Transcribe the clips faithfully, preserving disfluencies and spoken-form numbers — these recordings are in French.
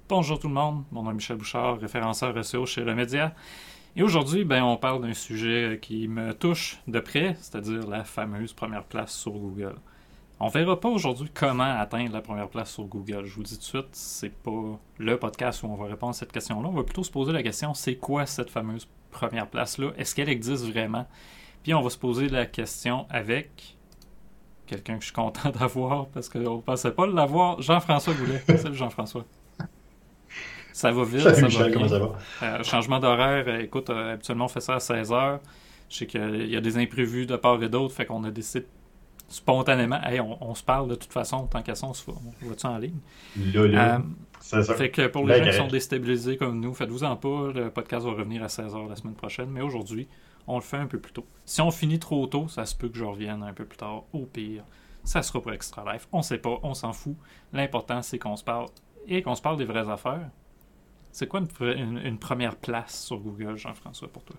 Bonjour tout le monde, mon nom est Michel Bouchard, référenceur S E O chez Remedia. Et aujourd'hui, ben, on parle d'un sujet qui me touche de près, c'est-à-dire la fameuse première place sur Google. On verra pas aujourd'hui comment atteindre la première place sur Google. Je vous dis tout de suite, c'est pas le podcast où on va répondre à cette question-là. On va plutôt se poser la question, c'est quoi cette fameuse première place-là? Est-ce qu'elle existe vraiment? Puis on va se poser la question avec quelqu'un que je suis content d'avoir parce qu'on ne pensait pas l'avoir, Jean-François Goulet. Salut Jean-François. Ça va vite, Salut ça Michel, va comment bien. ça va? Euh, changement d'horaire, euh, écoute, euh, habituellement on fait ça à seize heures. Je sais qu'il y a des imprévus de part et d'autre, fait qu'on a décidé spontanément, hey, on, on se parle de toute façon, tant qu'à ça, on se voit, on va-tu en ligne? Là, là, Euh, c'est ça. fait que pour les Ben gens qui sont correct. déstabilisés comme nous, faites-vous-en pas, le podcast va revenir à seize heures la semaine prochaine, mais aujourd'hui, on le fait un peu plus tôt. Si on finit trop tôt, ça se peut que je revienne un peu plus tard, au pire. Ça sera pour Extra Life, on sait pas, on s'en fout. L'important, c'est qu'on se parle et qu'on se parle des vraies affaires. C'est quoi une, une, une première place sur Google, Jean-François, pour toi?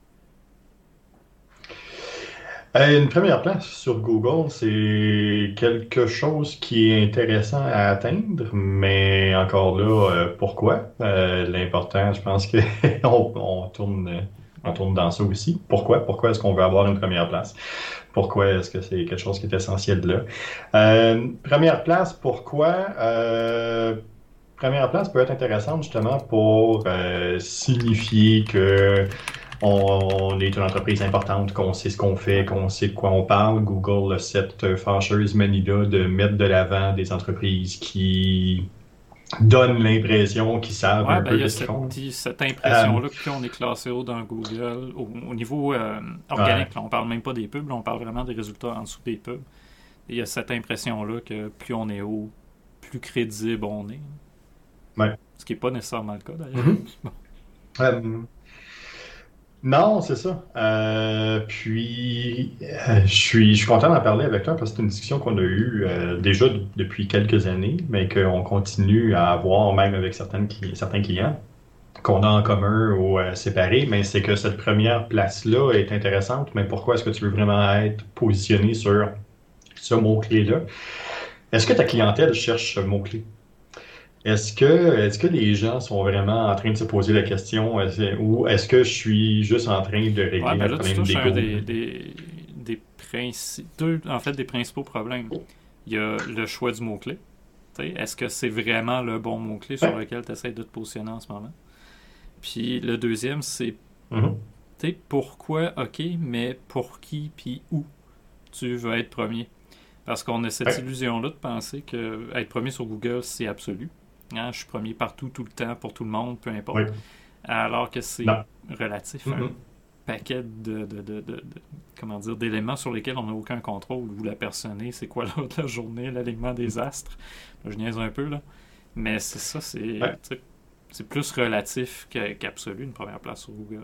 Euh, une première place sur Google, c'est quelque chose qui est intéressant à atteindre, mais encore là, euh, pourquoi? Euh, l'important, je pense que on, on tourne, euh, on Ouais. tourne dans ça aussi. Pourquoi? Pourquoi est-ce qu'on veut avoir une première place? Pourquoi est-ce que c'est quelque chose qui est essentiel là? Euh, première place, pourquoi? Euh, première place peut être intéressante justement pour euh, signifier que on est une entreprise importante, qu'on sait ce qu'on fait, Ouais. qu'on sait de quoi on parle. Google a cette fâcheuse manie-là de mettre de l'avant des entreprises qui donnent l'impression qu'ils savent Ouais, un ben il peu y a qu'est-ce qu'ils cette, font. cette Euh, impression-là que plus on est classé haut dans Google, au, au niveau euh, ouais, organique, là, on parle même pas des pubs, là, on parle vraiment des résultats en dessous des pubs. Et il y a cette impression-là que plus on est haut, plus crédible on est. ouais. Ce qui n'est pas nécessairement le cas d'ailleurs. Mhm. Bon. Euh, non, c'est ça. Euh, puis, euh, je suis, je suis content d'en parler avec toi parce que c'est une discussion qu'on a eue euh, déjà d- depuis quelques années, mais qu'on continue à avoir même avec certaines, cli- certains clients qu'on a en commun ou euh, séparés. Mais c'est que cette première place-là est intéressante. Mais pourquoi est-ce que tu veux vraiment être positionné sur ce mot-clé-là? Est-ce que ta Ouais. clientèle cherche ce mot-clé? Est-ce que, est-ce que les gens sont vraiment en train de se poser la question est-ce- ou est-ce que je suis juste en train de Ouais, régler ben un là, tu problème touches à un d'ego? des, des, des princi- deux, en fait, des principaux problèmes. Il y a le choix du mot-clé. Tu sais, est-ce que c'est vraiment le bon mot-clé sur Ouais. lequel tu essaies de te positionner en ce moment? Puis le deuxième, c'est Mhm. tu sais, pourquoi, ok, mais pour qui, puis où tu veux être premier. Parce qu'on a cette Ouais. illusion-là de penser que être premier sur Google, c'est absolu. Hein, je suis premier partout, tout le temps, pour tout le monde, peu importe. Oui. Alors que c'est Non. relatif à un Mhm. paquet de, de, de, de- de- comment dire, d'éléments sur lesquels on n'a aucun contrôle. Où la personne est, c'est quoi l'heure de la journée, l'alignement des astres. Là, je niaise un peu, là. Mais c'est ça, c'est, tu Ouais. sais, c'est plus relatif que- qu'absolu, une première place sur Google.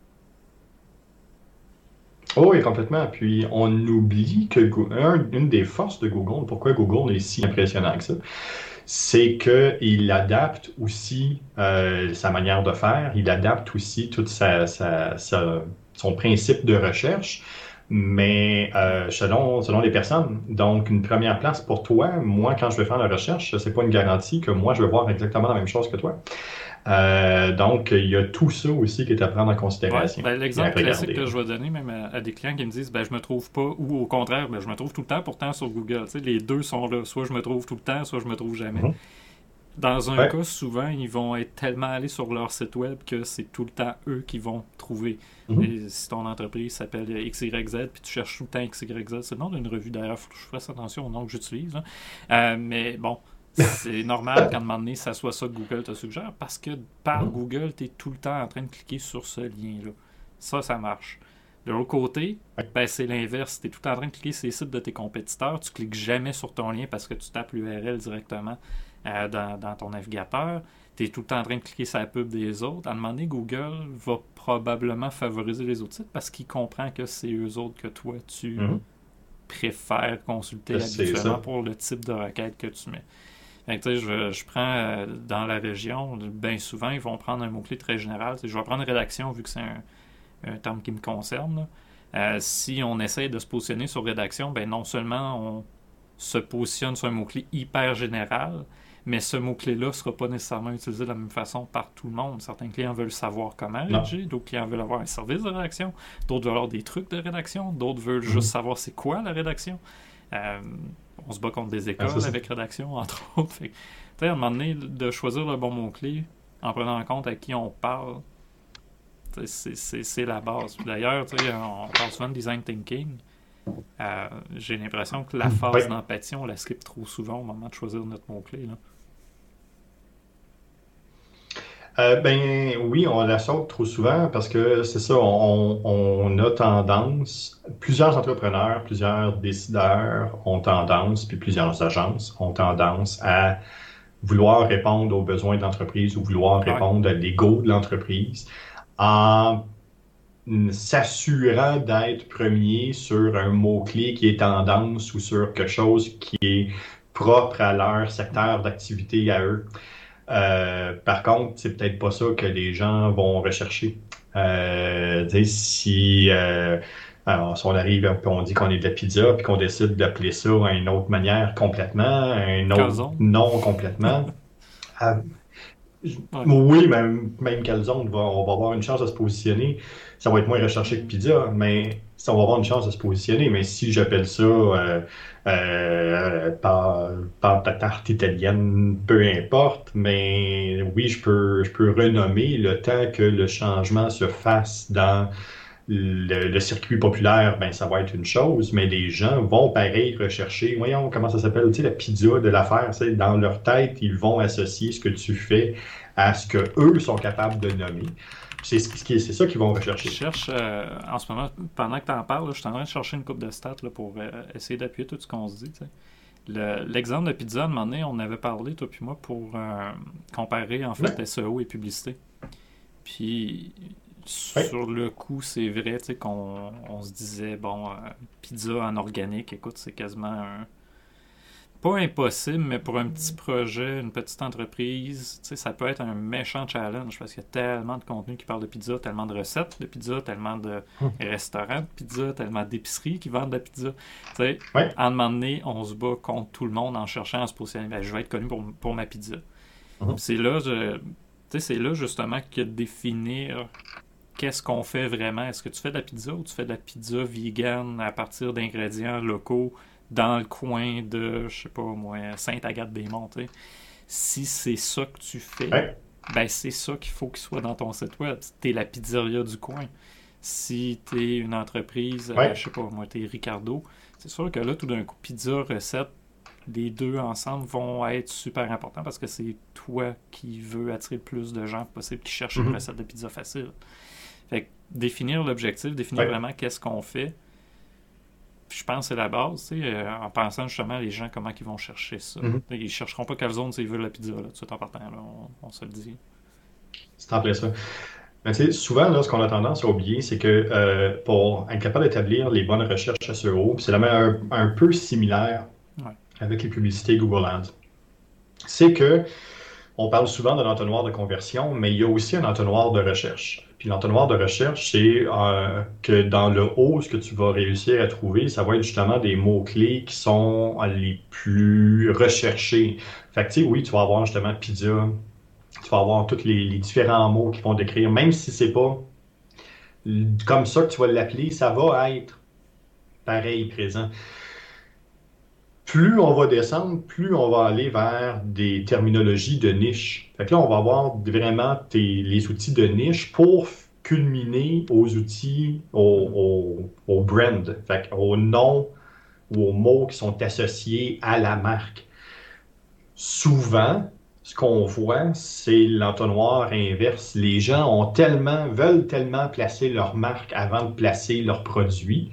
Oh oui, complètement. Puis on oublie que Go- un- une des forces de Google, pourquoi Google est si impressionnant que ça, c'est qu'il adapte aussi euh, sa manière de faire, il adapte aussi toute sa, sa- sa- son principe de recherche, mais Ouais. euh, selon, selon les personnes. Donc, une première place pour toi, moi, quand je vais faire la recherche, c'est pas une garantie que moi, je vais voir exactement la même chose que toi. Euh, donc, il y a tout ça aussi qui est à prendre en Ouais, considération ben, et à l'exemple classique regarder, que là. je vais donner même à, à des clients qui me disent ben je me trouve pas ou au contraire ben je me trouve tout le temps pourtant sur Google. Tu sais, les deux sont là, soit je me trouve tout le temps, soit je me trouve jamais. Mhm. Dans un Ouais. cas, souvent ils vont être tellement allés sur leur site web que c'est tout le temps eux qui vont trouver. Mhm. Et si ton entreprise s'appelle X Y Z puis tu cherches tout le temps X Y Z, c'est le nom d'une revue d'ailleurs, faut que je fasse attention au nom que j'utilise. Là. Euh, mais bon, c'est normal qu'à un moment donné, ça soit ça que Google te suggère parce que par Mhm. Google, tu es tout le temps en train de cliquer sur ce lien-là. Ça, ça marche. De l'autre côté, Ouais. ben, c'est l'inverse. Tu es tout le temps en train de cliquer sur les sites de tes compétiteurs. Tu cliques jamais sur ton lien parce que tu tapes l'U R L directement euh, dans, dans ton navigateur. Tu es tout le temps en train de cliquer sur la pub des autres. À un moment donné, Google va probablement favoriser les autres sites parce qu'il comprend que c'est eux autres que toi, tu Mhm. préfères consulter C'est habituellement ça. pour le type de requête que tu mets. Fait que, tu sais, je, je prends euh, dans la région, bien souvent, ils vont prendre un mot-clé très général. Tu sais, je vais prendre rédaction vu que c'est un, un terme qui me concerne. Là. Euh, si on essaie de se positionner sur rédaction, ben non seulement on se positionne sur un mot-clé hyper général, Mais ce mot-clé-là ne sera pas nécessairement utilisé de la même façon par tout le monde. Certains clients veulent savoir comment rédiger, d'autres clients veulent avoir un service de rédaction, d'autres veulent avoir des trucs de rédaction, d'autres veulent mm-hmm. juste savoir c'est quoi la rédaction. Euh, on se bat contre des écoles ah, avec rédaction, entre autres. Fait que, à un moment donné, de choisir le bon mot-clé en prenant en compte à qui on parle, c'est, c'est, c'est la base. D'ailleurs, on parle souvent de design thinking. Euh, j'ai l'impression que la phase oui. d'empathie, on la skip trop souvent au moment de choisir notre mot-clé. Là. Euh, ben oui, on la saute trop souvent parce que c'est ça, on, on a tendance, plusieurs entrepreneurs, plusieurs décideurs ont tendance, puis plusieurs agences ont tendance à vouloir répondre aux besoins de l'entreprise ou vouloir ouais. répondre à l'ego de l'entreprise en s'assurant d'être premier sur un mot-clé qui est tendance ou sur quelque chose qui est propre à leur secteur d'activité à eux. Euh, par contre, c'est peut-être pas ça que les gens vont rechercher. Euh, si, euh, alors, si on arrive et on dit qu'on est de la pizza puis qu'on décide d'appeler ça à une autre manière complètement, un autre calzone. nom complètement, euh, ouais. oui, même, même calzone, va, on va avoir une chance de se positionner. Ça va être moins recherché que pizza, mais ça va avoir une chance de se positionner. Mais si j'appelle ça euh, euh, par, par ta tarte italienne, peu importe, mais oui, je peux, je peux renommer le temps que le changement se fasse dans le, le circuit populaire, ben ça va être une chose, mais les gens vont pareil rechercher, voyons comment ça s'appelle, tu sais, la pizza de l'affaire, tu sais, dans leur tête, ils vont associer ce que tu fais à ce que eux sont capables de nommer. C'est, c'est ça qu'ils vont rechercher. Je cherche, euh, en ce moment, pendant que tu en parles, là, je suis en train de chercher une coupe de stats là, pour euh, essayer d'appuyer tout ce qu'on se dit. Tu sais. Le, l'exemple de pizza, à un moment donné, on avait parlé, toi puis moi, pour euh, comparer en fait ouais. S E O et publicité. Puis, ouais. sur le coup, c'est vrai tu sais, qu'on on se disait, bon, euh, pizza en organique, écoute, c'est quasiment un... Pas impossible, mais pour un petit projet, une petite entreprise, tu sais, ça peut être un méchant challenge parce qu'il y a tellement de contenu qui parle de pizza, tellement de recettes de pizza, tellement de mmh. restaurants de pizza, tellement d'épiceries qui vendent de la pizza. Tu sais, ouais. à un moment donné, on se bat contre tout le monde en cherchant à se positionner. Ben, je vais être connu pour, pour ma pizza. Mmh. C'est là, je, tu sais, c'est là justement que de définir qu'est-ce qu'on fait vraiment. Est-ce que tu fais de la pizza ou tu fais de la pizza vegan à partir d'ingrédients locaux dans le coin de, je sais pas moi, Sainte-Agathe-des-Monts, tu sais. Si c'est ça que tu fais, ouais. ben c'est ça qu'il faut qu'il soit dans ton site web. T'es la pizzeria du coin. Si t'es une entreprise, ouais. euh, je sais pas moi, t'es Ricardo, c'est sûr que là, tout d'un coup, pizza, recette, les deux ensemble vont être super importants parce que c'est toi qui veux attirer le plus de gens possible qui cherchent mm-hmm. une recette de pizza facile. Fait que définir l'objectif, définir ouais. vraiment qu'est-ce qu'on fait, je pense que c'est la base, tu sais, euh, en pensant justement les gens comment ils vont chercher ça. Mm-hmm. Ils ne chercheront pas calzone s'ils veulent la pizza, là, tout de suite en partant, là, on, on se le dit. C'est en plein ça. Mais tu sais, souvent, là, ce qu'on a tendance à oublier, c'est que euh, pour être capable d'établir les bonnes recherches S E O, c'est la même, un, un peu similaire ouais. avec les publicités Google Ads. C'est que on parle souvent d'un entonnoir de conversion, mais il y a aussi un entonnoir de recherche. Puis l'entonnoir de recherche, c'est euh, que dans le haut, ce que tu vas réussir à trouver, ça va être justement des mots-clés qui sont les plus recherchés. Fait que tu sais, oui, tu vas avoir justement pizza, tu vas avoir tous les, les différents mots qui vont décrire, même si c'est pas comme ça que tu vas l'appeler, ça va être pareil présent. Plus on va descendre, plus on va aller vers des terminologies de niche. Fait que là, on va avoir vraiment tes, les outils de niche pour culminer aux outils, au, au, au brand, fait aux noms ou aux mots qui sont associés à la marque. Souvent, ce qu'on voit, c'est l'entonnoir inverse. Les gens ont tellement, veulent tellement placer leur marque avant de placer leur produit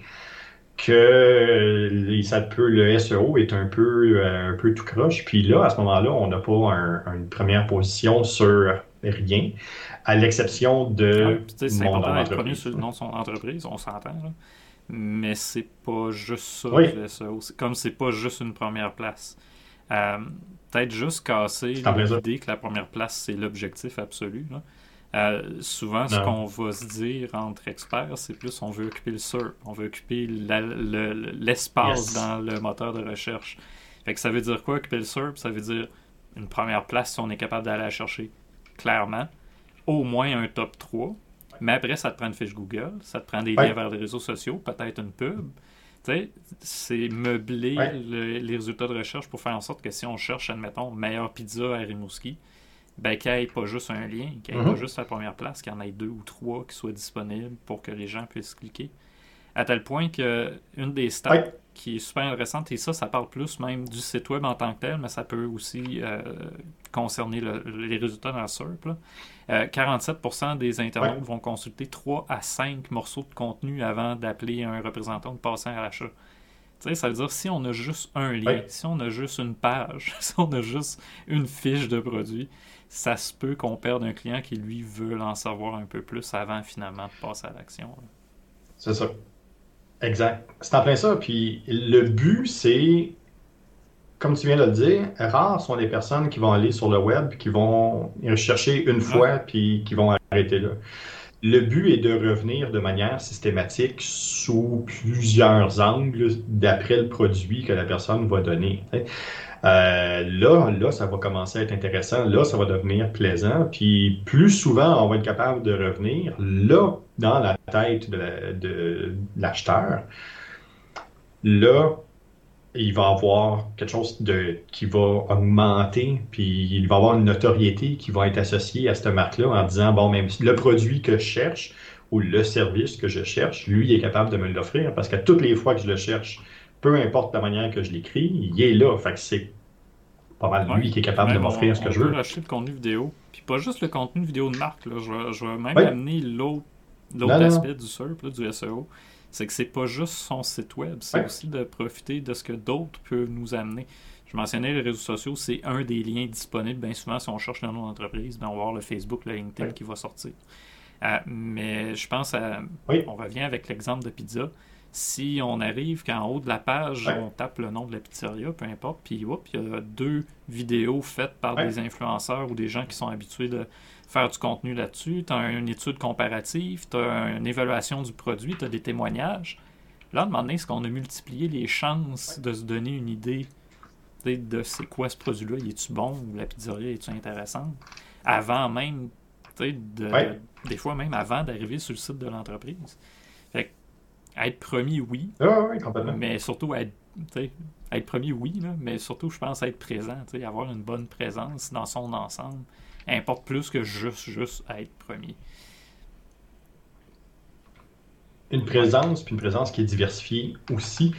que ça peut, le S E O est un peu, un peu tout croche. Puis là, à ce moment-là, on n'a pas un, une première position sur rien, à l'exception de ouais, c'est mon important d'être connu sur le nom de son entreprise, on s'entend, là. Mais c'est pas juste ça, oui. le S E O. C'est comme c'est pas juste une première place. Euh, peut-être juste casser l'idée que la première place, c'est l'objectif absolu, là. Euh, souvent, ce non. qu'on va se dire entre experts, c'est plus on veut occuper le S E R P, on veut occuper la, le, l'espace yes. dans le moteur de recherche. Fait que ça veut dire quoi, occuper le S E R P? Ça veut dire une première place si on est capable d'aller la chercher, clairement. Au moins un top trois. Mais après, ça te prend une fiche Google, ça te prend des Ouais. liens vers les réseaux sociaux, peut-être une pub. Tu sais, c'est meubler Ouais. le- les résultats de recherche pour faire en sorte que si on cherche, admettons, meilleure pizza à Rimouski, ben qu'il n'y ait pas juste un lien, qu'il n'y ait Mhm. pas juste la première place, qu'il y en ait deux ou trois qui soient disponibles pour que les gens puissent cliquer. À tel point que une des stats Ouais. qui est super intéressante, et ça, ça parle plus même du site web en tant que tel, mais ça peut aussi euh, concerner le- les résultats dans le S E R P. Là. Euh, quarante-sept pour cent des internautes Ouais. vont consulter trois à cinq morceaux de contenu avant d'appeler un représentant ou de passer à l'achat. Tu sais, ça veut dire si on a juste un lien, Ouais. si on a juste une page, si on a juste une fiche de produit, ça se peut qu'on perde un client qui, lui, veut en savoir un peu plus avant, finalement, de passer à l'action. là. C'est ça. Exact. C'est en plein ça. Puis le but, c'est, comme tu viens de le dire, rares sont les personnes qui vont aller sur le web, puis qui vont chercher une Ouais. fois, puis qui vont arrêter là. Le but est de revenir de manière systématique sous plusieurs angles d'après le produit que la personne va donner. tu sais. Euh, là, là, ça va commencer à être intéressant. Là, ça va devenir plaisant. Puis plus souvent, on va être capable de revenir là, dans la tête de la- de l'acheteur. Là, il va avoir quelque chose de, qui va augmenter, puis il va avoir une notoriété qui va être associée à cette marque-là en disant, bon, même le produit que je cherche ou le service que je cherche, lui, il est capable de me l'offrir parce que toutes les fois que je le cherche, peu importe la manière que je l'écris, il est là. Fait que c'est pas mal Ouais. lui qui est Puis capable de même, m'offrir ce on, que on je peut veux. racheter le contenu vidéo. Puis pas juste le contenu vidéo de marque. Là. Je, vais, je vais même Oui, amener l'autre, non, l'autre non, aspect du S E R P, là, du S E O. C'est que c'est pas juste son site web, c'est oui, aussi de profiter de ce que d'autres peuvent nous amener. Je mentionnais les réseaux sociaux, c'est un des liens disponibles. Bien souvent, si on cherche dans nos entreprises, ben, on va voir le Facebook, le LinkedIn oui, qui va sortir. Euh, mais je pense à. oui, On revient avec l'exemple de pizza. Si on arrive qu'en haut de la page, oui, on tape le nom de la pizzeria, peu importe, puis hop, il y a deux vidéos faites par oui, des influenceurs ou des gens qui sont habitués de faire du contenu là-dessus. Tu as une étude comparative, tu as une évaluation du produit, tu as des témoignages. Là, à un moment donné, est-ce qu'on a multiplié les chances de se donner une idée tu sais, de c'est quoi ce produit-là, il est-tu bon ou la pizzeria est-tu intéressante, avant même, tu sais, de, oui, de- des fois même avant d'arriver sur le site de l'entreprise. Fait que, être premier, oui, oui, oui, complètement. mais surtout être, tu sais, être premier, oui, là, mais surtout, je pense, être présent, tu sais, avoir une bonne présence dans son ensemble, importe plus que juste, juste être premier. Une Ouais. présence, puis une présence qui est diversifiée aussi.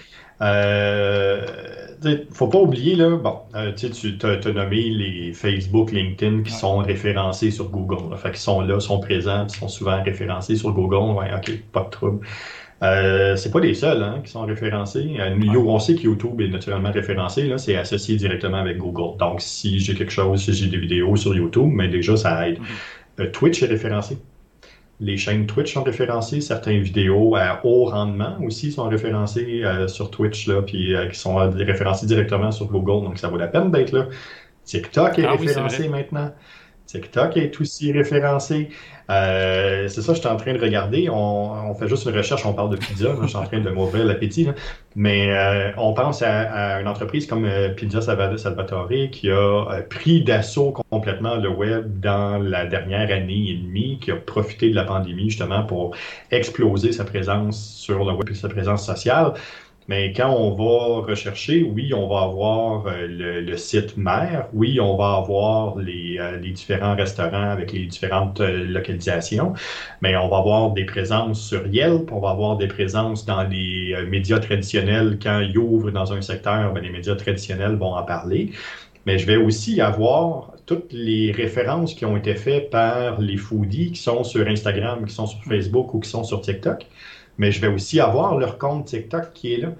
Euh, tu sais, faut pas oublier, là, bon, euh, tu sais, tu t'as, t'as nommé les Facebook, LinkedIn qui Ouais. sont référencés sur Google. Là. Fait qu'ils sont là, sont présents, puis sont souvent référencés sur Google. Ouais, OK, pas de trouble. Euh, c'est pas les seuls hein, qui sont référencés. Euh, Ouais. on sait que YouTube est naturellement référencé, là, c'est associé directement avec Google. Donc, si j'ai quelque chose, si j'ai des vidéos sur YouTube, mais déjà, ça aide. Mhm. Euh, Twitch est référencé. Les chaînes Twitch sont référencées, certaines vidéos à haut rendement aussi sont référencées euh, sur Twitch, là, puis euh, qui sont euh, référencées directement sur Google, donc ça vaut la peine d'être là. TikTok est Ah oui, c'est vrai. référencé maintenant. TikTok est aussi référencé. Euh, c'est ça, je suis en train de regarder. On, on fait juste une recherche, on parle de pizza. Là, je suis en train de m'ouvrir l'appétit. Là. Mais euh, on pense à, à une entreprise comme euh, Pizza Salvatore qui a euh, pris d'assaut complètement le web dans la dernière année et demie, qui a profité de la pandémie justement pour exploser sa présence sur le web et sa présence sociale. Mais quand on va rechercher, oui, on va avoir euh, le, le site mère, oui, on va avoir les, euh, les différents restaurants avec les différentes euh, localisations, mais on va avoir des présences sur Yelp, on va avoir des présences dans les euh, médias traditionnels. Quand ils ouvrent dans un secteur, ben, les médias traditionnels vont en parler. Mais je vais aussi avoir toutes les références qui ont été faites par les foodies qui sont sur Instagram, qui sont sur Facebook ou qui sont sur TikTok. Mais je vais aussi avoir leur compte TikTok qui est là.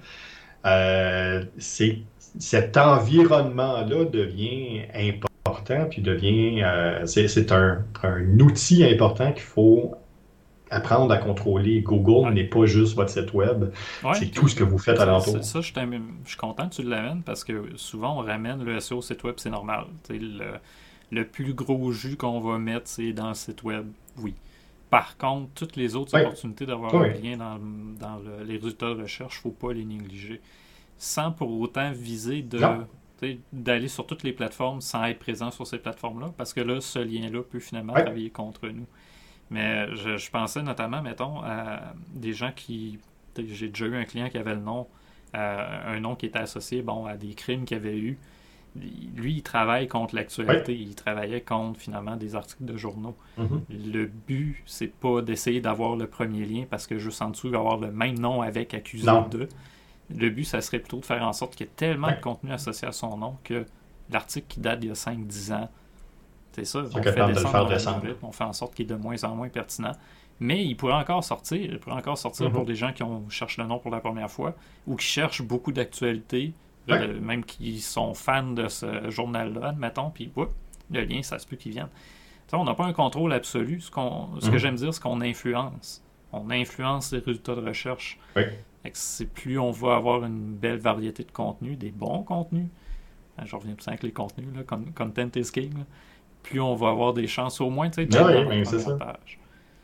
Euh, c'est, cet environnement-là devient important, puis devient, euh, c'est, c'est un, un outil important qu'il faut apprendre à contrôler. Google Ouais. n'est pas juste votre site web, Ouais, c'est tout puis ce que vous faites ça, alentour. ça, je, suis un- je suis content que tu l'amènes parce que souvent on ramène le S E O au site web, c'est normal. Tu sais, Le, le plus gros jus qu'on va mettre, c'est dans le site web, oui. Par contre, toutes les autres Oui, opportunités d'avoir oui, un lien dans, dans le- les résultats de recherche, il ne faut pas les négliger. Sans pour autant viser de. non, d'aller sur toutes les plateformes sans être présent sur ces plateformes-là, parce que là, ce lien-là peut finalement Ouais. travailler contre nous. Mais je, je pensais notamment, mettons, à des gens qui... J'ai déjà eu un client qui avait le nom, euh, un nom qui était associé bon, à des crimes qu'il avait eu. Lui, il travaille contre l'actualité. Ouais. Il travaillait contre, finalement, des articles de journaux. Mm-hmm. Le but, c'est pas d'essayer d'avoir le premier lien parce que juste en dessous, il va avoir le même nom avec accusé Non. de. Le but, ça serait plutôt de faire en sorte qu'il y ait tellement Ouais. de contenu associé à son nom que l'article qui date d'il y a cinq dix ans, c'est ça, C'est on capable fait de le descendre faire dans descendre. l'algorithme, on fait en sorte qu'il est de moins en moins pertinent. Mais il pourrait encore sortir. Il pourrait encore sortir Mm-hmm. pour des gens qui ont cherchent le nom pour la première fois ou qui cherchent beaucoup d'actualité, Ouais. euh, même qui sont fans de ce journal-là, admettons, puis whoop, le lien, ça se peut qu'il vienne. T'sais, on n'a pas un contrôle absolu. Ce, qu'on, ce que Mm-hmm. j'aime dire, c'est qu'on influence. On influence les résultats de recherche. Oui. Fait que c'est plus on va avoir une belle variété de contenus, des bons contenus. Hein, je reviens tout ça avec les contenus, là, con- content is king. Là. Plus on va avoir des chances au moins, tu sais, d'être Ah oui, dans la mais c'est première ça. page.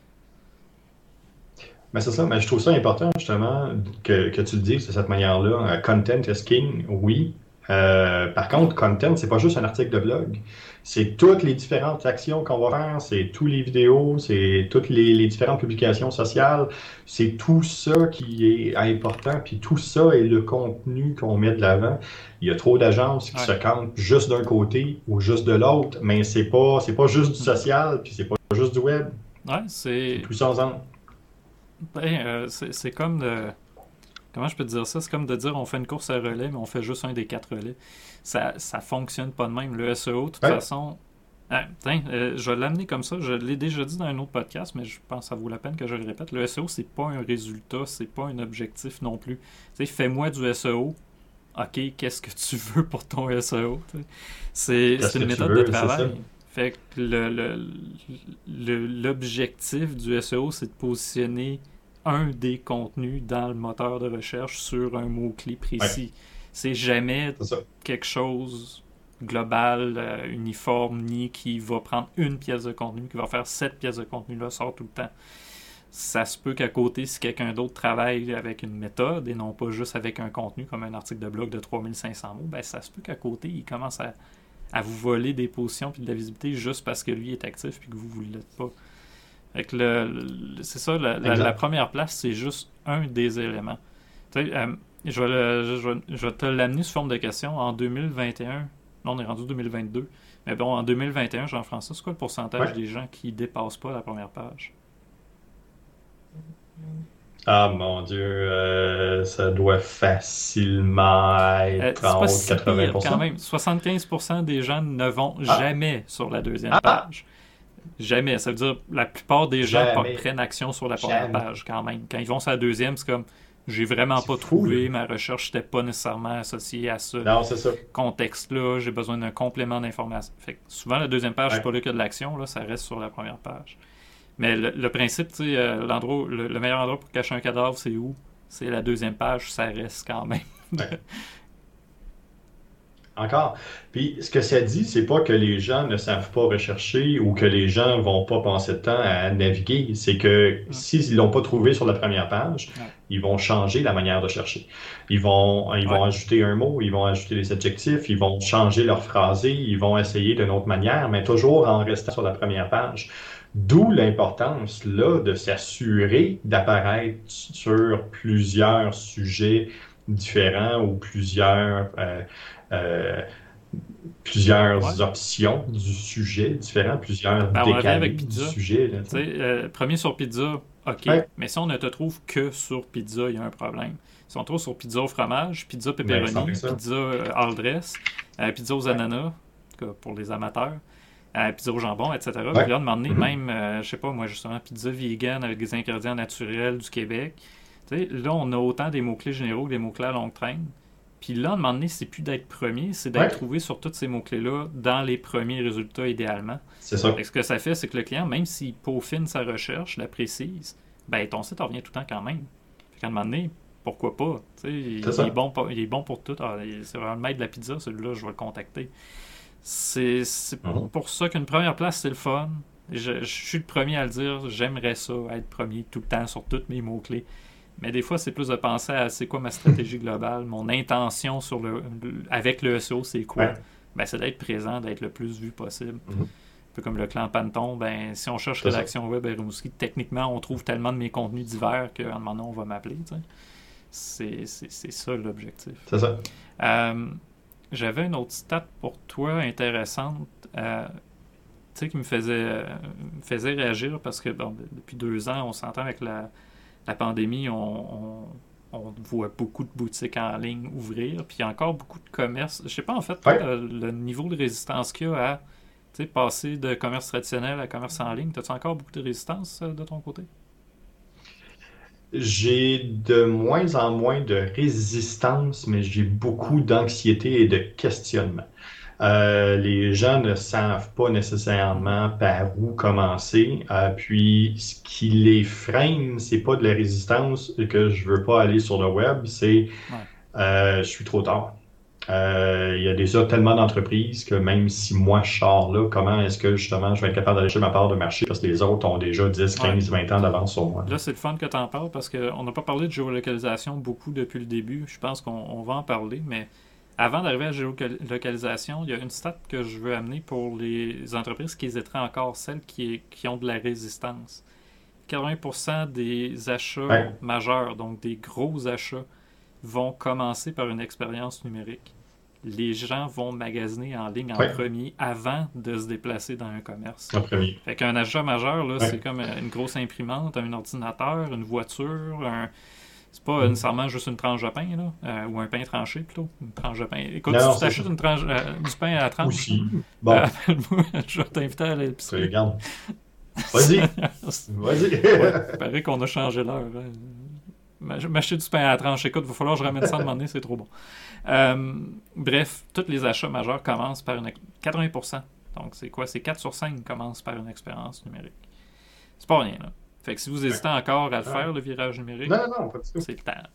Mais c'est ça, mais je trouve ça important justement que, que tu le dises de cette manière-là. Euh, Content is king, oui. Euh, par contre, content, c'est pas juste un article de blog. C'est toutes les différentes actions qu'on va faire, c'est tous les vidéos, c'est toutes les, les différentes publications sociales. C'est tout ça qui est important, puis tout ça est le contenu qu'on met de l'avant. Il y a trop d'agences qui Ouais. se campent juste d'un côté ou juste de l'autre, mais c'est pas, c'est pas juste du social, puis c'est pas juste du web. Ouais, C'est c'est. tout ça ensemble. Ben, euh, c'est, c'est comme de. Comment je peux te dire ça? C'est comme de dire on fait une course à relais, mais on fait juste un des quatre relais. Ça, ça fonctionne pas de même. Le S E O, de toute Ouais. façon. Ah, tiens, euh, je vais l'amener comme ça. Je l'ai déjà dit dans un autre podcast, mais je pense que ça vaut la peine que je le répète. Le S E O, c'est pas un résultat, c'est pas un objectif non plus. Tu sais, fais-moi du S E O. OK, qu'est-ce que tu veux pour ton S E O? Tu sais? C'est, Qu'est-ce c'est une que tu méthode veux, de c'est ça. travail. Fait que le, le- le- l'objectif du S E O, c'est de positionner un des contenus dans le moteur de recherche sur un mot-clé précis. C'est jamais C'est ça. quelque chose global, euh, uniforme, ni qui va prendre une pièce de contenu, qui va faire cette pièce de contenu-là, sort tout le temps. Ça se peut qu'à côté, si quelqu'un d'autre travaille avec une méthode et non pas juste avec un contenu comme un article de blog de trois mille cinq cents mots, ben ça se peut qu'à côté, il commence à, à vous voler des positions puis de la visibilité juste parce que lui est actif puis que vous ne l'êtes pas. Fait que le, le- c'est ça, la, la, Exact. la première place, c'est juste un des éléments. Tu sais, euh, je, vais le- je, vais, je vais te l'amener sous forme de question. En deux mille vingt et un, là on est rendu deux mille vingt-deux, mais bon, en deux mille vingt et un, Jean-François, c'est quoi le pourcentage Ouais. des gens qui dépassent pas la première page? Ah mon Dieu, euh, ça doit facilement Euh, être c'est pas trente, si quatre-vingts pire pour quand cent. même. soixante-quinze pour cent des gens ne vont Ah. jamais sur la deuxième Ah. page. Jamais. Ça veut dire la plupart des gens Jamais. prennent action sur la première Jamais. page quand même. Quand ils vont sur la deuxième, c'est comme j'ai vraiment C'est pas fou, trouvé, là. ma recherche n'était pas nécessairement associée à ce Non, c'est ça. contexte-là, j'ai besoin d'un complément d'information. Fait que souvent, la deuxième page, Ouais. c'est pas là qu'il y a de l'action, là, ça reste sur la première page. Mais le, le principe, tu sais, euh, l'endroit, le, le meilleur endroit pour cacher un cadavre, c'est où? C'est la deuxième page, ça reste quand même. Ouais. Encore. Puis ce que ça dit, c'est pas que les gens ne savent pas rechercher ou que les gens vont pas passer de temps à naviguer. C'est que Mm. s'ils l'ont pas trouvé sur la première page, Ouais. ils vont changer la manière de chercher. Ils vont, ils vont Ouais. ajouter un mot, ils vont ajouter des adjectifs, ils vont changer leur phrasé, ils vont essayer d'une autre manière, mais toujours en restant sur la première page. D'où l'importance là de s'assurer d'apparaître sur plusieurs sujets différents ou plusieurs euh, euh, plusieurs Ouais. options du sujet différents, plusieurs Ben, on revient décalés avec du Pizza. sujet. Là, Tu sais, euh, premier sur pizza, ok. Ouais. Mais si on ne te trouve que sur pizza, il y a un problème. Si on te trouve sur pizza au fromage, pizza Ben, c'est pepperoni, ça. pizza euh, all dress, euh, pizza aux Ouais. ananas, en tout cas pour les amateurs, euh, pizza au jambon, et cetera. Ouais. Puis là, à un moment donné, Mhm. même, euh, je sais pas, moi, justement, pizza vegan avec des ingrédients naturels du Québec. Tu sais, là, on a autant des mots-clés généraux que des mots-clés à longue traîne. Puis là, à un moment donné, c'est plus d'être premier, c'est d'être Ouais. trouvé sur tous ces mots-clés-là dans les premiers résultats idéalement. C'est ça. Fait que ce que ça fait, c'est que le client, même s'il peaufine sa recherche, la précise, ben ton site revient tout le temps quand même. Fait qu'à un moment donné, pourquoi pas? Tu sais, il, C'est ça. il est bon pour, il est bon pour tout. Ah, il- c'est vraiment le maître de la pizza, celui-là, je vais le contacter. C'est, c'est Mhm. pour ça qu'une première place, c'est le fun. Je, je suis le premier à le dire, j'aimerais ça, être premier tout le temps sur tous mes mots-clés. Mais des fois, c'est plus de penser à c'est quoi ma stratégie globale, mon intention sur le, le avec le S E O, c'est quoi? Ouais. Ben, c'est d'être présent, d'être le plus vu possible. Mm-hmm. Un peu comme le clan Panton, ben, si on cherche C'est rédaction ça. Web à Rimouski, techniquement, on trouve tellement de mes contenus divers qu'à un moment donné, on va m'appeler. C'est, c'est, c'est ça l'objectif. C'est ça. Euh, j'avais une autre stat pour toi intéressante. Euh, tu sais, qui me faisait, euh, me faisait réagir parce que bon, depuis deux ans, on s'entend avec la, la pandémie, on, on, on voit beaucoup de boutiques en ligne ouvrir, puis il y a encore beaucoup de commerces. Je sais pas en fait ouais. le, le niveau de résistance qu'il y a à passer de commerce traditionnel à commerce en ligne. As-tu encore beaucoup de résistance euh, de ton côté? J'ai de moins en moins de résistance, mais j'ai beaucoup d'anxiété et de questionnement. Euh, les gens ne savent pas nécessairement par où commencer. Euh, puis, ce qui les freine, c'est pas de la résistance que je veux pas aller sur le web, c'est ouais. euh, je suis trop tard. Euh, il y a déjà tellement d'entreprises que même si moi je sors là, comment est-ce que justement je vais être capable d'aller chez ma part de marché parce que les autres ont déjà dix, quinze, vingt ans d'avance sur moi. Là, c'est le fun que tu en parles parce qu'on n'a pas parlé de géolocalisation beaucoup depuis le début. Je pense qu'on on va en parler, mais avant d'arriver à la géolocalisation, il y a une stat que je veux amener pour les entreprises qui hésiteraient encore, celles qui, qui ont de la résistance. quatre-vingts pour cent des achats ouais. majeurs, donc des gros achats, vont commencer par une expérience numérique. Les gens vont magasiner en ligne en ouais. premier avant de se déplacer dans un commerce. En premier. Fait qu'un achat majeur, là, ouais. c'est comme une grosse imprimante, un ordinateur, une voiture, un... c'est pas mm. nécessairement juste une tranche de pain, là, euh, ou un pain tranché plutôt. Une tranche de pain. Écoute, non, si tu t'achètes une tranche, euh, du pain à la tranche, aussi. Bon. Euh, je vais t'inviter à l'épicerie. Regarde. Vas-y. Vas-y. Ouais, il paraît qu'on a changé l'heure. Hein. M'acheter du pain à la tranche, écoute, il va falloir que je ramène ça à un moment donné, c'est trop bon. Euh, bref, tous les achats majeurs commencent par une... quatre-vingts pour cent. Donc, c'est quoi? C'est quatre sur cinq commencent par une expérience numérique. C'est pas rien, là. Fait que si vous hésitez encore à le faire, le virage numérique, non, non, pas du tout. c'est le temps.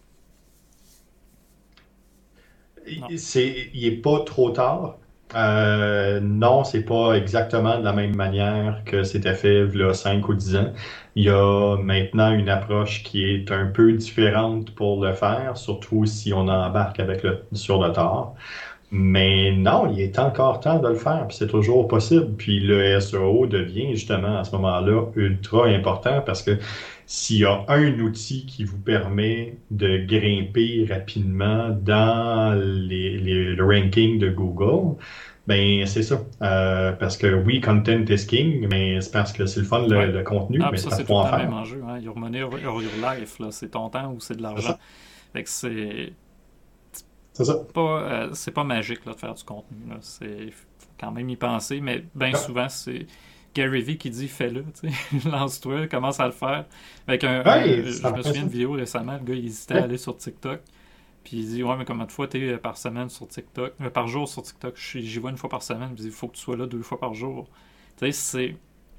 C'est, il n'est pas trop tard. Euh, non, c'est pas exactement de la même manière que c'était fait il y a cinq ou dix ans. Il y a maintenant une approche qui est un peu différente pour le faire, surtout si on embarque avec le, sur le tard. Mais non, il est encore temps de le faire, puis c'est toujours possible. Puis le S E O devient justement à ce moment-là ultra important parce que s'il y a un outil qui vous permet de grimper rapidement dans les, les, le ranking de Google, ben c'est ça. Euh, parce que oui, content is king, mais c'est parce que c'est le fun le, ouais. le contenu, ah, mais ça, c'est c'est pas tout en le faire. même enjeu. Hein? Your money or your life, là. C'est ton temps ou c'est de l'argent. C'est fait que c'est... C'est ça. Pas, euh, c'est pas magique là, de faire du contenu. Là. C'est faut quand même y penser, mais bien ah. souvent, c'est Gary Vee qui dit fais-le, lance-toi, commence à le faire. Avec un, ouais, un, je me souviens d'une vidéo récemment, le gars il hésitait ouais. à aller sur TikTok. Puis il dit ouais, mais combien de fois t'es par semaine sur TikTok euh, Par jour sur TikTok, j'y vois une fois par semaine. Puis il faut que tu sois là deux fois par jour. Tu sais, c'est.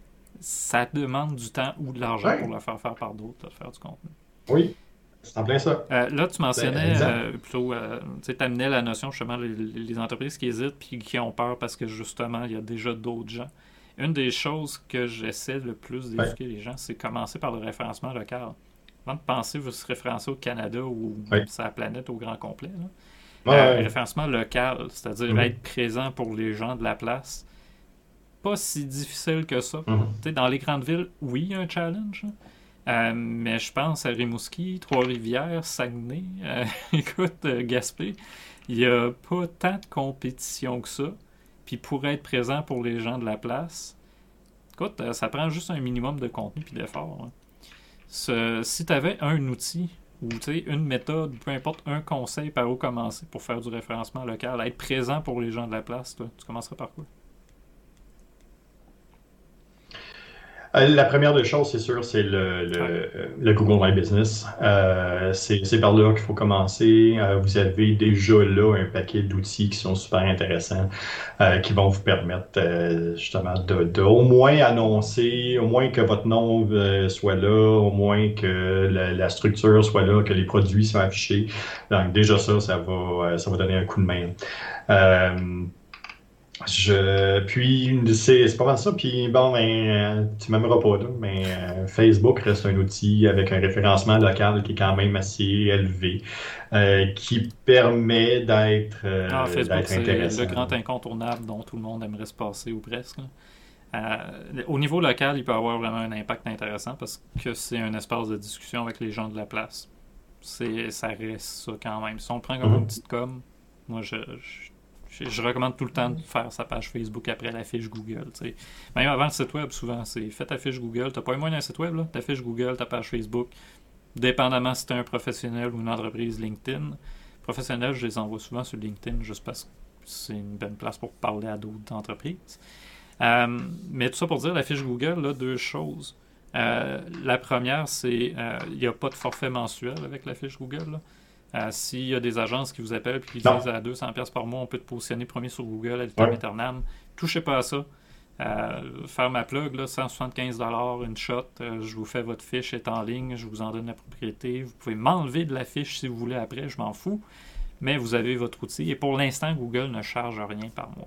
Ça demande du temps ou de l'argent ouais. pour le faire faire par d'autres, là, de faire du contenu. Oui. C'est en plein ça. Euh, là, tu mentionnais, euh, plutôt, euh, tu amenais la notion, justement, les, les entreprises qui hésitent puis qui ont peur parce que, justement, il y a déjà d'autres gens. Une des choses que j'essaie le plus d'éduquer ouais. les gens, c'est commencer par le référencement local. Avant de penser vous se référencer au Canada ou ouais. sur la planète au grand complet. Là. Ouais, euh, ouais. Référencement local, c'est-à-dire mm-hmm. être présent pour les gens de la place. Pas si difficile que ça. Mm-hmm. Dans les grandes villes, oui, il y a un challenge. Là. Euh, mais je pense à Rimouski, Trois-Rivières, Saguenay, euh, écoute, euh, Gaspé, il n'y a pas tant de compétition que ça. Puis pour être présent pour les gens de la place, écoute, euh, ça prend juste un minimum de contenu puis d'effort. Hein. Ce, si tu avais un outil ou une méthode, peu importe, un conseil par où commencer pour faire du référencement local, être présent pour les gens de la place, toi, tu commencerais par quoi? La première des choses, c'est sûr, c'est le, le, ouais. le Google My Business. Euh, c'est, c'est par là qu'il faut commencer. Euh, vous avez déjà là un paquet d'outils qui sont super intéressants, euh, qui vont vous permettre euh, justement de, de au moins annoncer, au moins que votre nom euh, soit là, au moins que la, la structure soit là, que les produits soient affichés. Donc déjà ça, ça va, ça va donner un coup de main. Euh, Je, puis, c'est c'est pas mal ça. Puis, bon, ben, euh, tu m'aimeras pas, là, mais euh, Facebook reste un outil avec un référencement local qui est quand même assez élevé, euh, qui permet d'être Ah, euh, Facebook, d'être c'est le intéressant. grand incontournable dont tout le monde aimerait se passer, ou presque. Là. Euh, au niveau local, il peut avoir vraiment un impact intéressant parce que c'est un espace de discussion avec les gens de la place. C'est, ça reste ça quand même. Si on le prend comme une Mhm. petite com, moi je, je, je recommande tout le temps de faire sa page Facebook après la fiche Google. T'sais. Même avant le site web, souvent, c'est fais ta fiche Google. T'as pas eu moins d'un site web, là? Ta fiche Google, ta page Facebook. Dépendamment si t'es un professionnel ou une entreprise LinkedIn. Professionnels, je les envoie souvent sur LinkedIn juste parce que c'est une bonne place pour parler à d'autres entreprises. Euh, mais tout ça pour dire, la fiche Google, là, deux choses. Euh, la première, c'est euh, il n'y a pas de forfait mensuel avec la fiche Google. Là. Euh, S'il y a des agences qui vous appellent et qui Non. disent à deux cents dollars par mois, on peut te positionner premier sur Google à vitam Ouais. aeternam, touchez pas à ça. Euh, faire ma plug, là, cent soixante-quinze dollars une shot, euh, je vous fais votre fiche, est en ligne, je vous en donne la propriété. Vous pouvez m'enlever de la fiche si vous voulez après, je m'en fous. Mais vous avez votre outil. Et pour l'instant, Google ne charge rien par mois.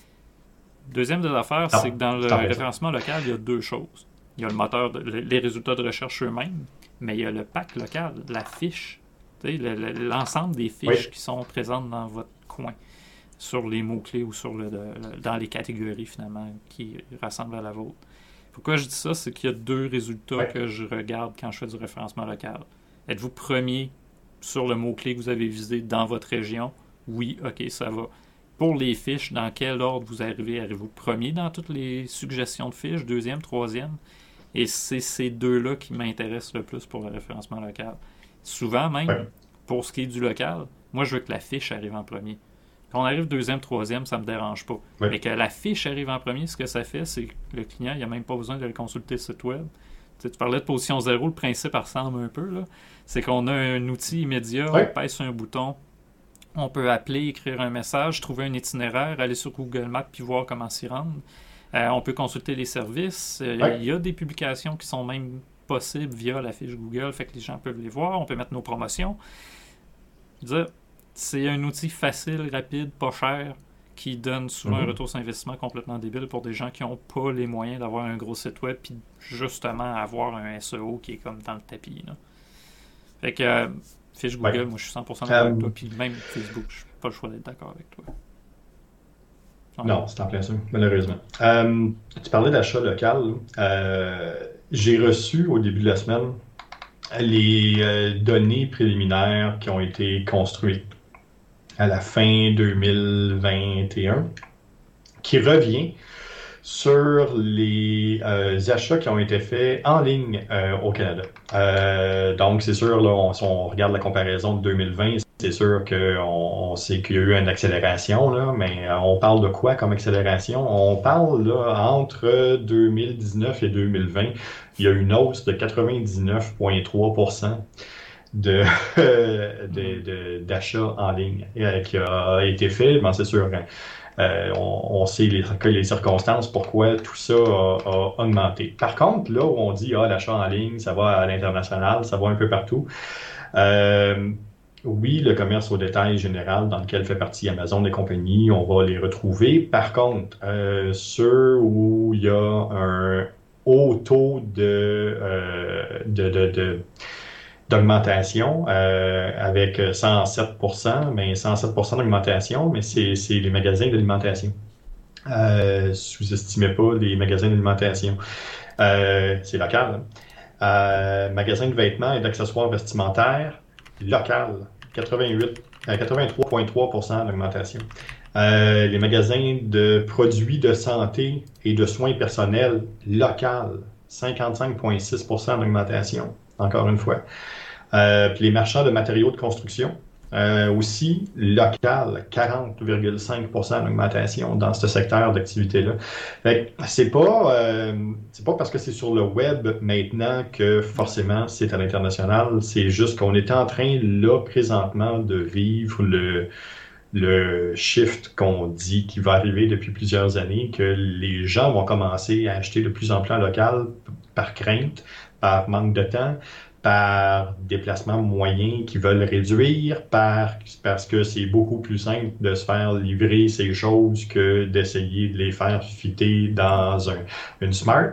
Deuxième des affaires, c'est que Non. dans le C'est en plein ça. référencement local, il y a deux choses. Il y a le moteur, de, les résultats de recherche eux-mêmes, mais il y a le pack local, la fiche. Tu sais, le- le- l'ensemble des Oui. fiches qui sont présentes dans votre coin, sur les mots-clés ou sur le, le- dans les catégories finalement qui rassemblent à la vôtre. Pourquoi je dis ça, c'est qu'il y a deux résultats Ouais. que je regarde quand je fais du référencement local. Êtes-vous premier sur le mot-clé que vous avez visé dans votre région? Oui, ok, ça va. Pour les fiches, dans quel ordre vous arrivez? Arrivez-vous premier dans toutes les suggestions de fiches, deuxième, troisième? Et c'est ces deux-là qui m'intéressent le plus pour le référencement local. Souvent même, Ouais. pour ce qui est du local, moi je veux que la fiche arrive en premier. Quand on arrive deuxième, troisième, ça me dérange pas. Ouais. Mais que la fiche arrive en premier, ce que ça fait, c'est que le client, il n'a même pas besoin de consulter le site web. Tu sais, tu parlais de position zéro, le principe ressemble un peu. Là. C'est qu'on a un outil immédiat, Ouais. on pèse sur un bouton, on peut appeler, écrire un message, trouver un itinéraire, aller sur Google Maps puis voir comment s'y rendre. Euh, on peut consulter les services. Euh, Ouais. Il y a des publications qui sont même possibles via la fiche Google, fait que les gens peuvent les voir. On peut mettre nos promotions. Je veux dire, c'est un outil facile, rapide, pas cher, qui donne souvent un Mhm. retour sur investissement complètement débile pour des gens qui n'ont pas les moyens d'avoir un gros site web puis justement avoir un S E O qui est comme dans le tapis. Là. Fait que euh, fiche Google, Ouais. moi je suis cent pour cent d'accord avec Euh, toi, puis même Facebook, je n'ai pas le choix d'être d'accord avec toi. Ouais. Non, c'est en plein ça, malheureusement. Euh, tu parlais d'achat local. Euh, j'ai reçu au début de la semaine les euh, données préliminaires qui ont été construites à la fin deux mille vingt et un, qui revient sur les euh, achats qui ont été faits en ligne euh, au Canada. Euh, donc, c'est sûr, là, on, si on regarde la comparaison de deux mille vingt, c'est sûr qu'on on sait qu'il y a eu une accélération, là, mais euh, on parle de quoi comme accélération? On parle là, entre deux mille dix-neuf et deux mille vingt, il y a eu une hausse de quatre-vingt-dix-neuf virgule trois pour cent de, de, de, d'achats en ligne euh, qui a été fait. Bon, c'est sûr, hein, euh, on, on sait les, les circonstances, pourquoi tout ça a, a augmenté. Par contre, là où on dit ah, l'achat en ligne, ça va à l'international, ça va un peu partout. Euh, oui, le commerce au détail général dans lequel fait partie Amazon et compagnie, on va les retrouver. Par contre, euh, ceux où il y a un haut taux de, euh, de, de, de d'augmentation euh, avec cent sept pour cent, mais cent sept pour cent d'augmentation, mais c'est, c'est les magasins d'alimentation. Euh, sous-estimez pas les magasins d'alimentation. Euh, c'est local. Hein. Euh, magasins de vêtements et d'accessoires vestimentaires, local, quatre-vingt-huit, euh, quatre-vingt-trois virgule trois pour cent d'augmentation. Euh, les magasins de produits de santé et de soins personnels, local, cinquante-cinq virgule six pour cent d'augmentation, encore une fois. Euh, puis les marchands de matériaux de construction, euh, aussi local, quarante virgule cinq pour cent d'augmentation dans ce secteur d'activité-là. Fait que c'est pas, euh, c'est pas parce que c'est sur le web maintenant que forcément c'est à l'international. C'est juste qu'on est en train, là, présentement, de vivre le, le shift qu'on dit qui va arriver depuis plusieurs années, que les gens vont commencer à acheter de plus en plus en local par crainte, par manque de temps, par déplacement moyen qu'ils veulent réduire, par, parce que c'est beaucoup plus simple de se faire livrer ces choses que d'essayer de les faire fitter dans un, une Smart.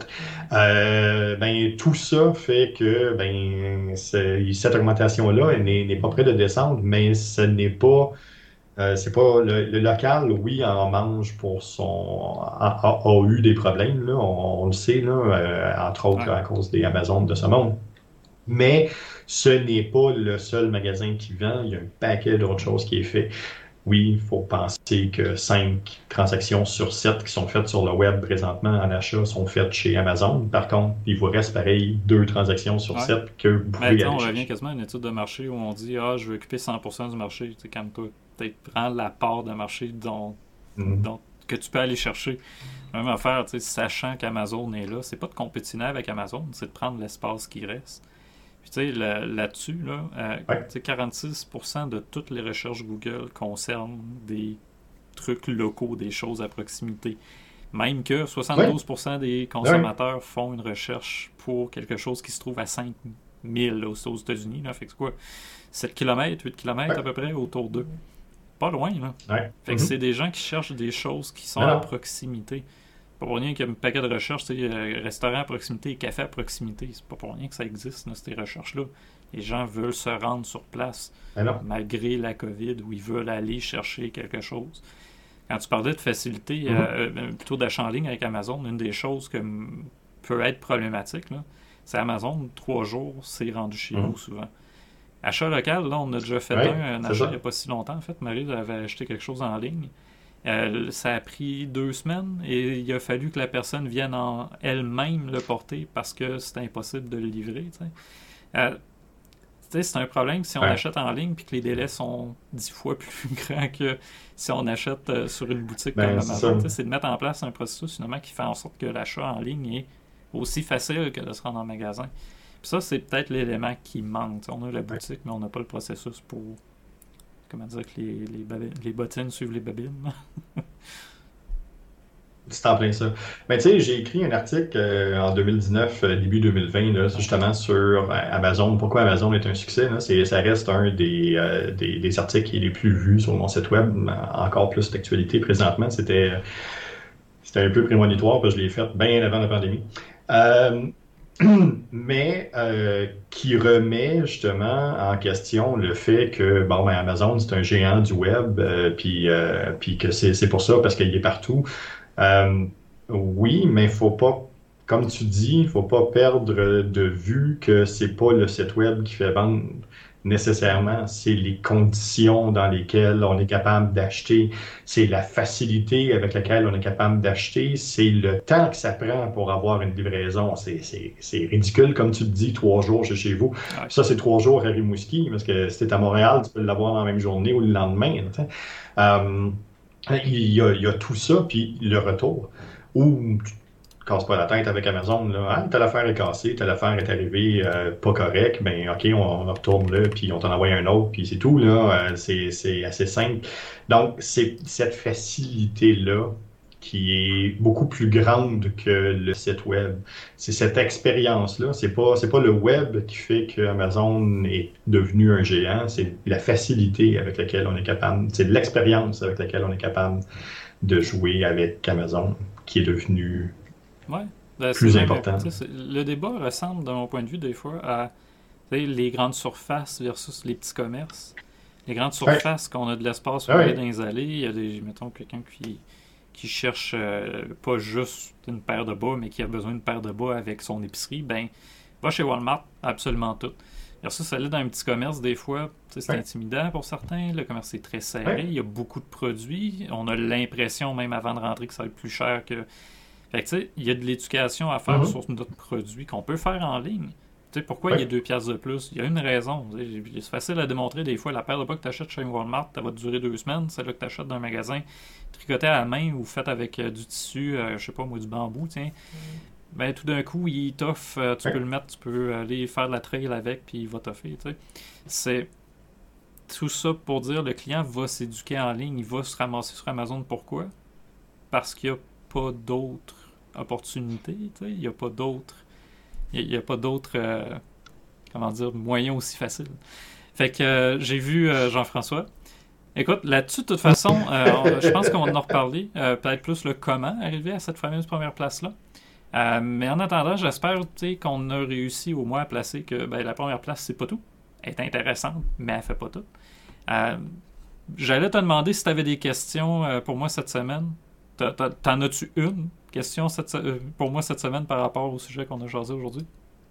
Euh, ben, tout ça fait que ben, cette augmentation-là n'est, n'est pas près de descendre, mais ce n'est pas euh, c'est pas le, le local, oui, en mange pour son a, a- a eu des problèmes, là, on, on le sait, là, euh, entre autres Ouais. là, à cause des Amazones de ce monde. Mais ce n'est pas le seul magasin qui vend, il y a un paquet d'autres choses qui est fait. Oui, il faut penser que cinq transactions sur sept qui sont faites sur le web présentement en achat sont faites chez Amazon. Par contre, il vous reste pareil deux transactions sur Ouais. sept que vous Mais tu pouvez sais, on aller revient chercher. quasiment à une étude de marché où on dit ah, je veux occuper cent pour cent du marché. Tu sais, calme-toi. Peut-être prends la part de marché dont, Mhm. dont, que tu peux aller chercher. Même affaire, tu sais, sachant qu'Amazon est là, c'est pas de compétiner avec Amazon, c'est de prendre l'espace qui reste. Puis tu sais, là- là-dessus, là, euh, tu Ouais, sais, quarante-six pour cent de toutes les recherches Google concernent des trucs locaux, des choses à proximité. Même que ouais, soixante-douze pour cent des ouais, consommateurs font une recherche pour quelque chose qui se trouve à cinq mille aux aux États-Unis. Là. Fait que c'est quoi? sept kilomètres, huit kilomètres à ouais, peu près autour d'eux. Pas loin, là. ouais. Fait que c'est Mhm. des gens qui cherchent des choses qui sont Non, à non. proximité. Pas pour rien qu'il y a un paquet de recherches, tu sais, euh, restaurant à proximité, café à proximité. C'est pas pour rien que ça existe, là, ces recherches-là. Les gens veulent se rendre sur place, Ben non. malgré la COVID, où ils veulent aller chercher quelque chose. Quand tu parlais de facilité, Mhm. euh, euh, plutôt d'achat en ligne avec Amazon, une des choses que m- peut être problématique, là, c'est Amazon, trois jours, c'est rendu chez vous Mhm. souvent. Achat local, là, on a déjà fait Ouais, un, un c'est achat il n'y a ça. pas si longtemps. En fait, Marie avait acheté quelque chose en ligne. Euh, ça a pris deux semaines et il a fallu que la personne vienne en elle-même le porter parce que c'était impossible de le livrer. Tu sais. Euh, tu sais, c'est un problème si on Ouais. achète en ligne et que les délais sont dix fois plus grands que si on achète euh, sur une boutique comme Ben, c'est ça. Amazon. Tu sais, c'est de mettre en place un processus finalement qui fait en sorte que l'achat en ligne est aussi facile que de se rendre en magasin. Puis ça, c'est peut-être l'élément qui manque. Tu sais, on a la Ouais. boutique, mais on n'a pas le processus pour, comment dire, que les, les, babi- les bottines suivent les babines. C'est en plein ça. Mais tu sais, j'ai écrit un article euh, en deux mille dix-neuf, euh, début deux mille vingt, là, Ouais. justement sur euh, Amazon. Pourquoi Amazon est un succès, là? C'est, ça reste un des, euh, des, des articles qui est les plus vus sur mon site web. Encore plus d'actualité présentement. C'était, c'était un peu prémonitoire parce que je l'ai fait bien avant la pandémie. Euh, mais euh, qui remet justement en question le fait que bon, ben, Amazon, c'est un géant du web, euh, puis, euh, puis que c'est, c'est pour ça, parce qu'il est partout. Euh, oui, mais il faut pas, comme tu dis, il faut pas perdre de vue que c'est pas le site web qui fait vendre nécessairement, c'est les conditions dans lesquelles on est capable d'acheter, c'est la facilité avec laquelle on est capable d'acheter, c'est le temps que ça prend pour avoir une livraison. C'est, c'est, c'est ridicule, comme tu le dis, trois jours chez, chez vous. Ouais. Ça, c'est trois jours à Rimouski, parce que si t'es à Montréal, tu peux l'avoir dans la même journée ou le lendemain. Tu sais. Euh, il y a, il y a tout ça, puis le retour, où tu te casses pas la tête avec Amazon, là, ah, telle affaire est cassée, telle affaire est arrivée euh, pas correct, ben ok, on, on retourne là, puis on t'en envoie un autre, puis c'est tout, là, euh, c'est, c'est assez simple. Donc, c'est cette facilité-là qui est beaucoup plus grande que le site web. C'est cette expérience-là. C'est pas, c'est pas le web qui fait que Amazon est devenu un géant. C'est la facilité avec laquelle on est capable, c'est l'expérience avec laquelle on est capable de jouer avec Amazon qui est devenu Ouais. Ben, c'est plus même, important. tu sais, c'est- le débat ressemble, de mon point de vue, des fois, à tu sais, les grandes surfaces versus les petits commerces. Les grandes Ouais, surfaces, qu'on a de l'espace pour aller dans ouais, les allées, il y a des, mettons, quelqu'un qui, qui cherche euh, pas juste une paire de bas, mais qui a besoin d'une paire de bas avec son épicerie, ben, va chez Walmart, absolument tout. Versus ça, aller dans un petit commerce, des fois, tu sais, c'est ouais, intimidant pour certains. Le commerce est très serré, ouais, il y a beaucoup de produits. On a l'impression, même avant de rentrer, que ça va être plus cher que. Fait que, tu sais, il y a de l'éducation à faire mhm, sur notre produit qu'on peut faire en ligne. Tu sais, pourquoi il y a ouais, deux piastres de plus? Il y a une raison. Tu sais, C'est facile à démontrer des fois. La paire de bas que tu achètes chez Walmart, ça va te durer deux semaines. Celle-là que tu achètes dans un magasin tricoté à la main ou faite avec euh, du tissu, euh, je sais pas moi, du bambou, tiens. Ben, tout d'un coup, il t'offre, euh, tu peux ouais, le mettre, tu peux aller faire de la trail avec, puis il va t'offrir, tu sais. C'est tout ça pour dire le client va s'éduquer en ligne, il va se ramasser sur Amazon. Pourquoi? Parce qu'il n'y a pas d'autres opportunités, tu sais. Il n'y a pas d'autres. Il n'y a, pas d'autres. Euh, comment dire, moyen aussi facile. Fait que euh, j'ai vu euh, Jean-François. Écoute, là-dessus, de toute façon, euh, je pense qu'on va en reparler. Euh, peut-être plus le comment arriver à cette fameuse première place-là. Euh, mais en attendant, j'espère qu'on a réussi au moins à placer que ben, la première place, c'est pas tout. Elle est intéressante, mais elle fait pas tout. Euh, j'allais te demander si tu avais des questions euh, pour moi cette semaine. T'as, t'as, t'en as-tu une question cette, euh, pour moi cette semaine par rapport au sujet qu'on a jasé aujourd'hui?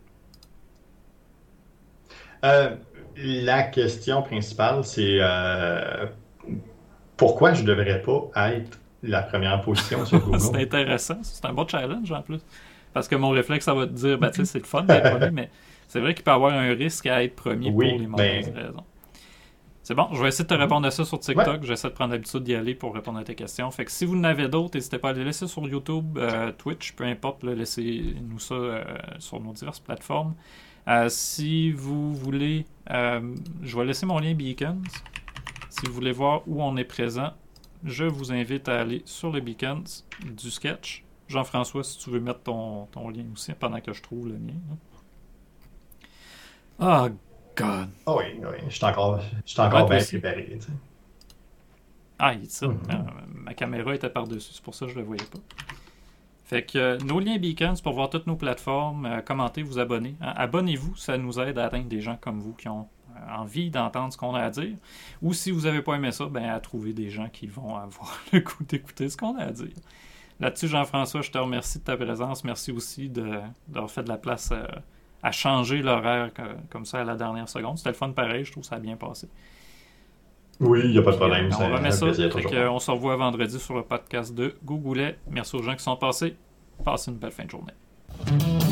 Euh, la question principale, c'est euh, pourquoi je devrais pas être la première position sur Google? C'est intéressant, c'est un bon challenge en plus. Parce que mon réflexe, ça va te dire, ben, tu sais, c'est le fun d'être premier, mais c'est vrai qu'il peut y avoir un risque à être premier Oui, pour les mauvaises ben... raisons. C'est bon, je vais essayer de te répondre à ça sur TikTok. Ouais. J'essaie de prendre l'habitude d'y aller pour répondre à tes questions. Fait que si vous en avez d'autres, n'hésitez pas à les laisser sur YouTube, euh, Twitch, peu importe, là, laissez-nous ça euh, sur nos diverses plateformes. Euh, si vous voulez, euh, je vais laisser mon lien Beacons. Si vous voulez voir où on est présent, je vous invite à aller sur le Beacons du sketch. Jean-François, si tu veux mettre ton, ton lien aussi pendant que je trouve le mien. Ah, oh, God. Oh oui, oui, je suis encore, je suis encore bien préparé. Tu sais. Ah, il est ça. Mm-hmm. Euh, ma caméra était par-dessus, c'est pour ça que je ne le voyais pas. Fait que euh, nos liens Beacons pour voir toutes nos plateformes, euh, commentez, vous abonnez. Hein, abonnez-vous, ça nous aide à atteindre des gens comme vous qui ont euh, envie d'entendre ce qu'on a à dire. Ou si vous n'avez pas aimé ça, ben à trouver des gens qui vont avoir le goût d'écouter ce qu'on a à dire. Là-dessus, Jean-François, je te remercie de ta présence. Merci aussi de, d'avoir fait de la place euh, à changer l'horaire que, comme ça à la dernière seconde. C'était le fun pareil, je trouve que ça a bien passé. Oui, il n'y a pas de problème. On remet ça. Plaisir, fait que, on se revoit vendredi sur le podcast de Googoulet. Merci aux gens qui sont passés. Passez une belle fin de journée.